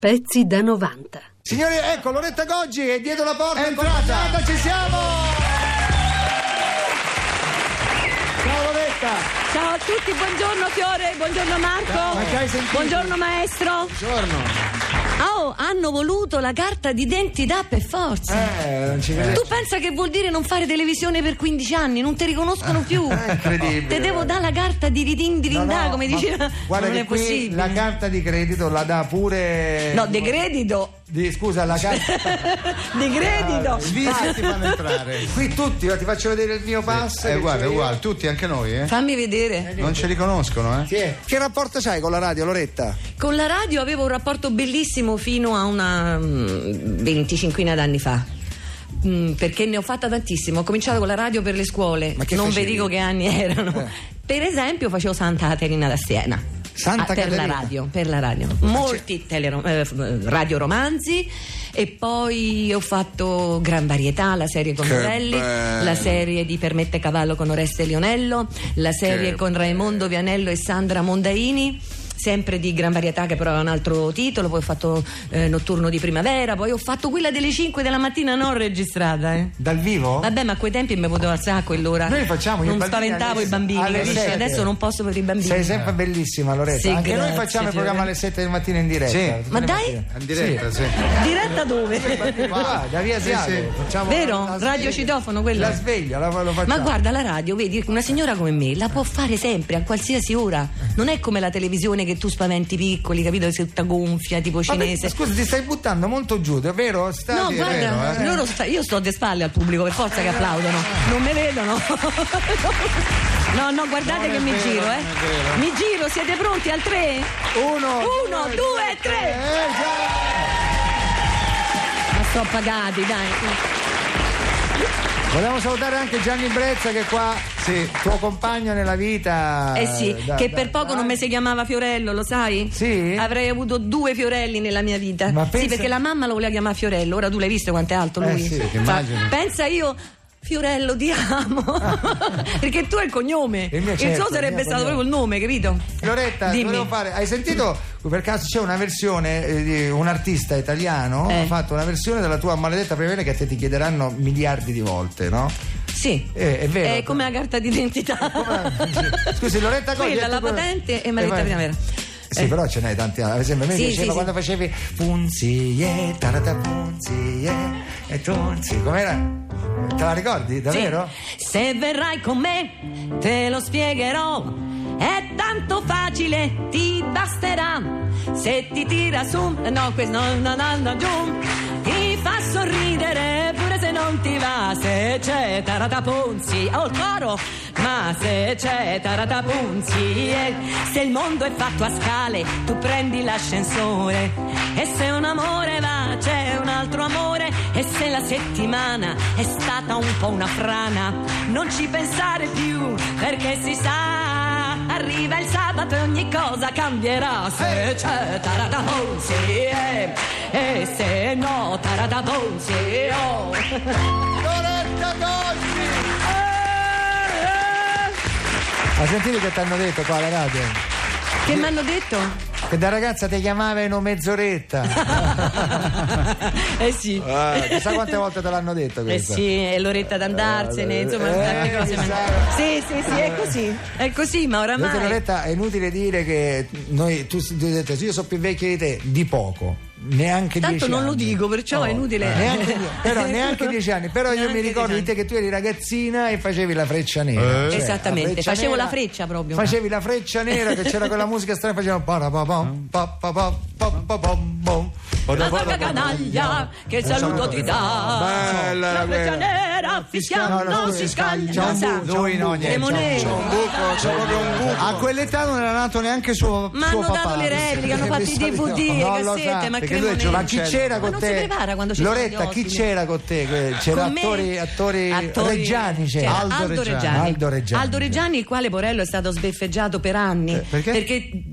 Pezzi da 90. Signori, ecco, Loretta Goggi è dietro la porta. È entrata, ci siamo! Ciao Loretta! Ciao a tutti, buongiorno Fiore, buongiorno Marco. Ciao, ma che hai sentito? Buongiorno maestro. Buongiorno. Oh, hanno voluto la carta d'identità per forza. Non ci credo. Tu pensa che vuol dire non fare televisione per 15 anni? Non ti riconoscono più. È incredibile. Te devo dare la carta di dirindà, come diceva. Guarda non che è qui possibile. la carta di credito la dà pure. No, di credito. Scusa, la carta. Di credito. Svisi ti fanno entrare. Qui tutti, ti faccio vedere il mio pass. Guarda, è uguale, tutti, anche noi, Fammi vedere. Non ci riconoscono, Chi è? Che rapporto c'hai con la radio, Loretta? Con la radio avevo un rapporto bellissimo fino a una 25 d'anni fa. Perché ne ho fatta tantissimo. Ho cominciato con la radio per le scuole. Ma che non vi facevi? dico che anni erano. Per esempio facevo Santa Caterina da Siena. Santa per Caterina? Per la radio. Molti radioromanzi. E poi ho fatto Gran Varietà, la serie con Morelli, la serie di Permette Cavallo con Oreste Lionello, la serie con Raimondo Vianello e Sandra Mondaini, sempre di Gran Varietà, che però aveva un altro titolo. Poi ho fatto Notturno di Primavera, poi ho fatto quella delle 5 della mattina non registrata. Dal vivo? Vabbè, ma a quei tempi mi potevo alzare a quell'ora. Noi facciamo non spaventavo i bambini, capisci? 7. Adesso non posso per i bambini. Sei sempre bellissima, Loretta. Sì, Anche grazie, noi facciamo il Fiore. programma alle 7 del mattino in diretta. Sì. Tutte Ma le dai? mattine. In diretta, sì. Diretta dove? Qua, da via Asiago. Sì. Facciamo Vero? la Radio sveglia. citofono quella? La sveglia, lo facciamo. Ma guarda, la radio, vedi, una signora come me la può fare sempre, a qualsiasi ora. Non è come la televisione che tu spaventi piccoli, capito? Sei tutta gonfia, tipo cinese. Scusa, ti stai buttando molto giù, è vero? No, guarda, loro io sto de spalle al pubblico, per forza che applaudono. Non mi vedono. No, guardate Non che è mi vero, giro, non è vero. Mi giro, siete pronti al 3? 1, 1, 2, 3. Ma sto pagati, dai. Vogliamo salutare anche Gianni Brezza, che è qua, sì, tuo compagno nella vita. Sì, che per poco non mi si chiamava Fiorello, lo sai? Sì? Avrei avuto 2 Fiorelli nella mia vita. Ma Sì, pensa- perché la mamma lo voleva chiamare Fiorello. Ora tu l'hai visto quanto è alto lui? Sì, che immagino. Pensa io, Fiorello, ti amo. Perché tu hai il cognome. Il mio, il certo, suo il sarebbe mio stato cognome. proprio il nome, capito? Loretta, Dimmi. volevo fare. Hai sentito? Per caso c'è una versione di un artista italiano ha fatto una versione della tua maledetta primavera, che a te ti chiederanno miliardi di volte, no? Sì. È vero. È come la carta d'identità. Scusi, Loretta Goggi. Quella, la patente e Maledetta primavera. Sì, però ce n'hai tanti. Ad esempio, a me Sì, piaceva sì, quando facevi Punzie, tarata Punzie e Tunzi. Com'era? Te la ricordi? Davvero? Sì. Se verrai con me te lo spiegherò, è tanto facile, ti basterà. Se ti tira su, no, questo no, giù, ti fa sorridere pure se non ti va. Se c'è Taratapunzi, ho il coro, ma se c'è Taratapunzi, se il mondo è fatto a scale, tu prendi l'ascensore. E se un amore va, c'è un altro amore. E se la settimana è stata un po' una frana, non ci pensare più, perché si sa, arriva il sabato e ogni cosa cambierà. Se c'è Taratapunzi, e se no Taratapunzi, oh. Loretta Goggi! Hai sentito che ti hanno detto qua alla radio? Che mi hanno detto? Che da ragazza ti chiamavano mezz'oretta. Sì. Chissà quante volte te l'hanno detto questo. Sì, è l'oretta d'andarsene, insomma, tante cose. Sì, è così, ma Vedete, oramai. Loretta, è inutile dire che tu hai detto, io sono più vecchio di te, di poco. Neanche Tanto 10 non anni. lo dico, perciò è inutile. Neanche 10 anni. Però io Neanche mi ricordo 10 di te che tu eri ragazzina e facevi la freccia nera. Cioè, Esattamente, la facevo nera, la freccia proprio. Facevi la freccia nera, che c'era quella musica strana, facevano parapapam, papapam, papapam. La vaga canaglia, che saluto ti dà. Bella La freccia nera, fischiando, non si scaglia. Lui no, niente. Cremonese. C'è proprio un buco. A quell'età non era nato neanche suo Ma suo hanno papà. dato le repliche, hanno fatto i DVD, le Non lo cassette, sa, ma perché lui è Cremonese. giovane. Ma chi c'era Ma con non te? si prepara quando ci sono Loretta, gli chi ospiti. c'era con te? C'era Con me? attori reggiani, c'era. Aldo Reggiani. Aldo Reggiani. Aldo Reggiani, il quale Porello è stato sbeffeggiato per anni. Perché? Perché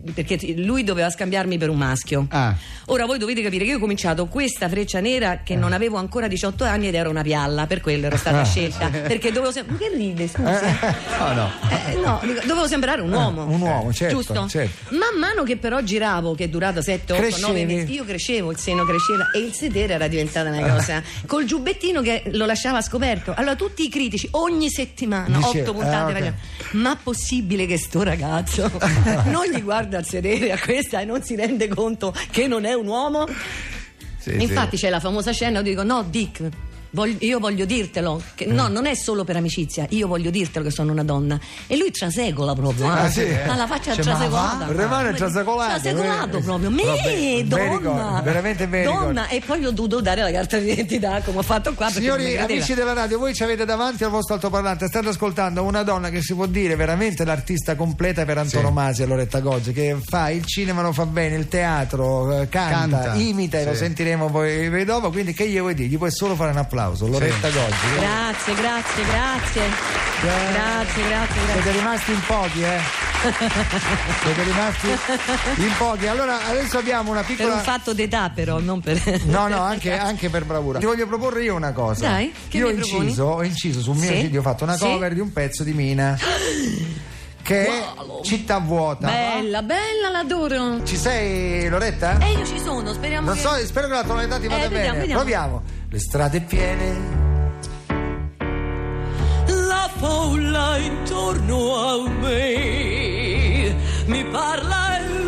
perché lui doveva scambiarmi per un maschio. Ora voi dovete capire che io ho cominciato questa Freccia Nera che non avevo ancora 18 anni ed ero una pialla, per quello ero stata scelta, perché dovevo che ride, scusa? No, dovevo sembrare un uomo. Un uomo, certo, giusto? Certo. Man mano che però giravo, che è durato 7, 8, 9 mesi, io crescevo, il seno cresceva e il sedere era diventata una cosa col giubbettino che lo lasciava scoperto. Allora tutti i critici ogni settimana 8 puntate okay. Ma possibile che sto ragazzo non gli guarda il sedere a questa e non si rende conto che non è un uomo? Infatti c'è la famosa scena, io dico no Dick, io voglio dirtelo che no, non è solo per amicizia, io voglio dirtelo che sono una donna, e lui trasegola proprio, ha la faccia trasecolata, rimane trasecolato proprio, donna, veramente donna, e poi gli ho dovuto dare la carta d'identità come ho fatto qua. Signori amici della radio, voi ci avete davanti al vostro altoparlante, state ascoltando una donna che si può dire veramente l'artista completa per antonomasia, Loretta Goggi, che fa il cinema, lo fa bene, il teatro, canta, imita, e lo sentiremo poi dopo, quindi che gli vuoi dire? Gli puoi solo fare un applauso. Loretta Goggi. Grazie. Siete rimasti in pochi, Siete rimasti in pochi. Allora adesso abbiamo una piccola. Per un fatto d'età, però, non per. No, anche per bravura. Ti voglio proporre io una cosa. Dai, che io ho inciso sul mio CD, ho fatto una cover di un pezzo di Mina. Che è Città vuota. Bella, l'adoro. Ci sei, Loretta? Io ci sono, speriamo. Spero che la tonalità ti vada bene. Vediamo. Proviamo. Le strade piene, la folla intorno a me mi parla e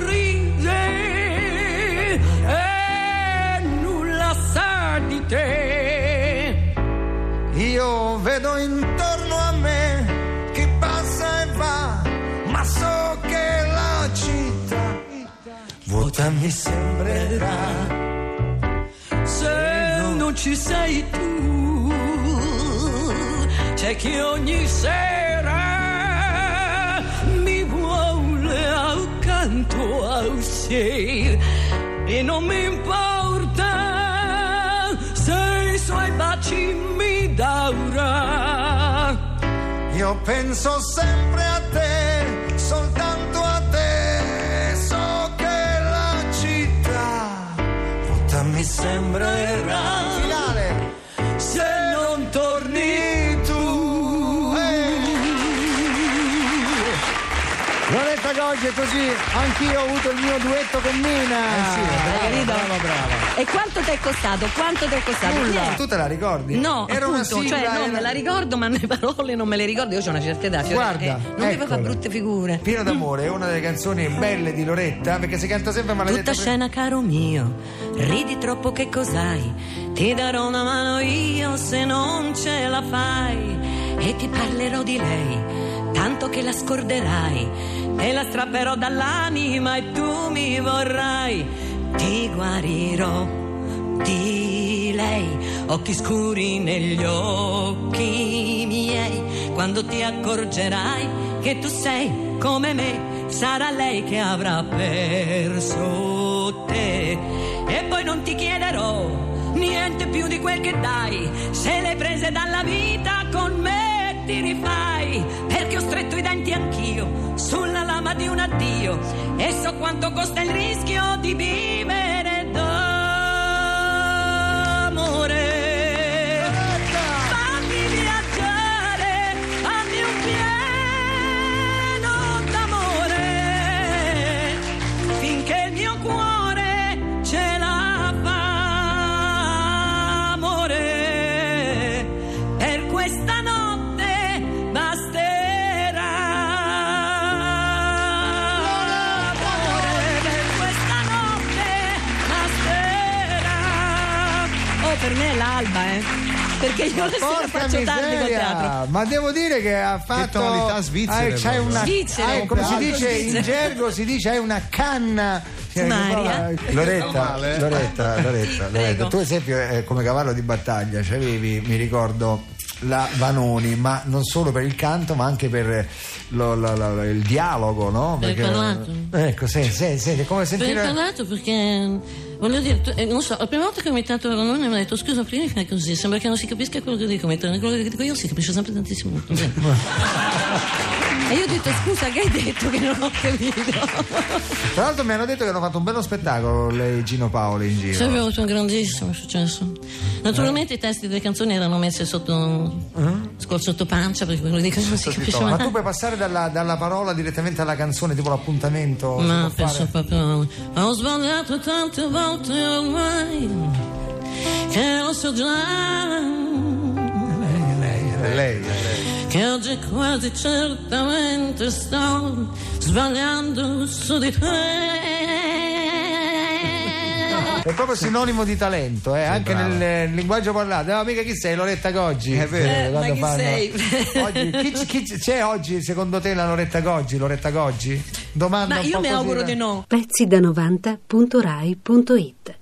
ride e nulla sa di te. Io vedo intorno a me chi passa e va, ma so che la città vuota mi sembrerà. Se non ci sei tu, c'è chi ogni sera mi vuole accanto a sé e non mi importa se i suoi baci mi darà. Io penso sempre a te, soltanto a te, so che la città vuota mi sembrerà. Finale. Se non torni tu. Loretta Goggi è così, anch'io ho avuto il mio duetto con Mina. Brava. E quanto ti è costato? Nulla. Tu te la ricordi? No, era appunto, una sigla, me la ricordo, ma le parole non me le ricordo. Io ho una certa età. Guarda, non mi fa brutte figure. Pieno d'amore è una delle canzoni belle di Loretta, perché si canta sempre maledetta. Tutta scena, caro mio, ridi troppo, che cos'hai? Ti darò una mano io se non ce la fai, e ti parlerò di lei, tanto che la scorderai, e la strapperò dall'anima e tu mi vorrai. Ti guarirò di lei, occhi scuri negli occhi miei, quando ti accorgerai che tu sei come me, sarà lei che avrà perso te. E poi non ti chiederò niente più di quel che dai, se le prese dalla vita con me ti rifai, perché ho stretto i denti anch'io sulla lama di un addio e so quanto costa il rischio di vivere d'amore. Fammi viaggiare, fammi un pieno d'amore, finché il mio cuore ce la fa, amore, per questa notte basterà, amore, per questa notte basterà. Oh, per me è l'alba, perché io la sera faccio tardi col teatro. Ma devo dire che ha fatto. Che tonalità svizzere. C'hai una, Svizzere, come si dice in gergo, si dice hai una canna. Maria. Loretta, prego. tu esempio come cavallo di battaglia c'avevi, mi ricordo, la Vanoni, ma non solo per il canto ma anche per il dialogo, no? Perché, parlato. Ecco, sì, come sentire. Per il parlato, perché voglio dire, non so, la prima volta che ho imitato la Vanoni mi ha detto scusa, prima fai così, sembra che non si capisca quello che dico, mentre quello che dico io si capisce sempre tantissimo. E io ho detto scusa, che hai detto che non ho capito? Tra l'altro mi hanno detto che hanno fatto un bello spettacolo lei e Gino Paoli in giro. Sì, avevo avuto un grandissimo successo. Naturalmente i testi delle canzoni erano messi sotto sotto pancia, perché quello di non si capisce mai. Ma tu puoi passare dalla parola direttamente alla canzone, tipo l'appuntamento? Ma penso proprio. Ho sbagliato tante volte ormai, che lo so già. Lei. Che oggi quasi certamente sto sbagliando su di te. È proprio sinonimo di talento, anche brava. nel linguaggio parlato. No, mica chi sei? Loretta Goggi. È vero. Ma chi sei? Oggi, c'è oggi secondo te la Loretta Goggi? Domanda Ma un io po' mi così, auguro di no. Pezzi da 90.rai.it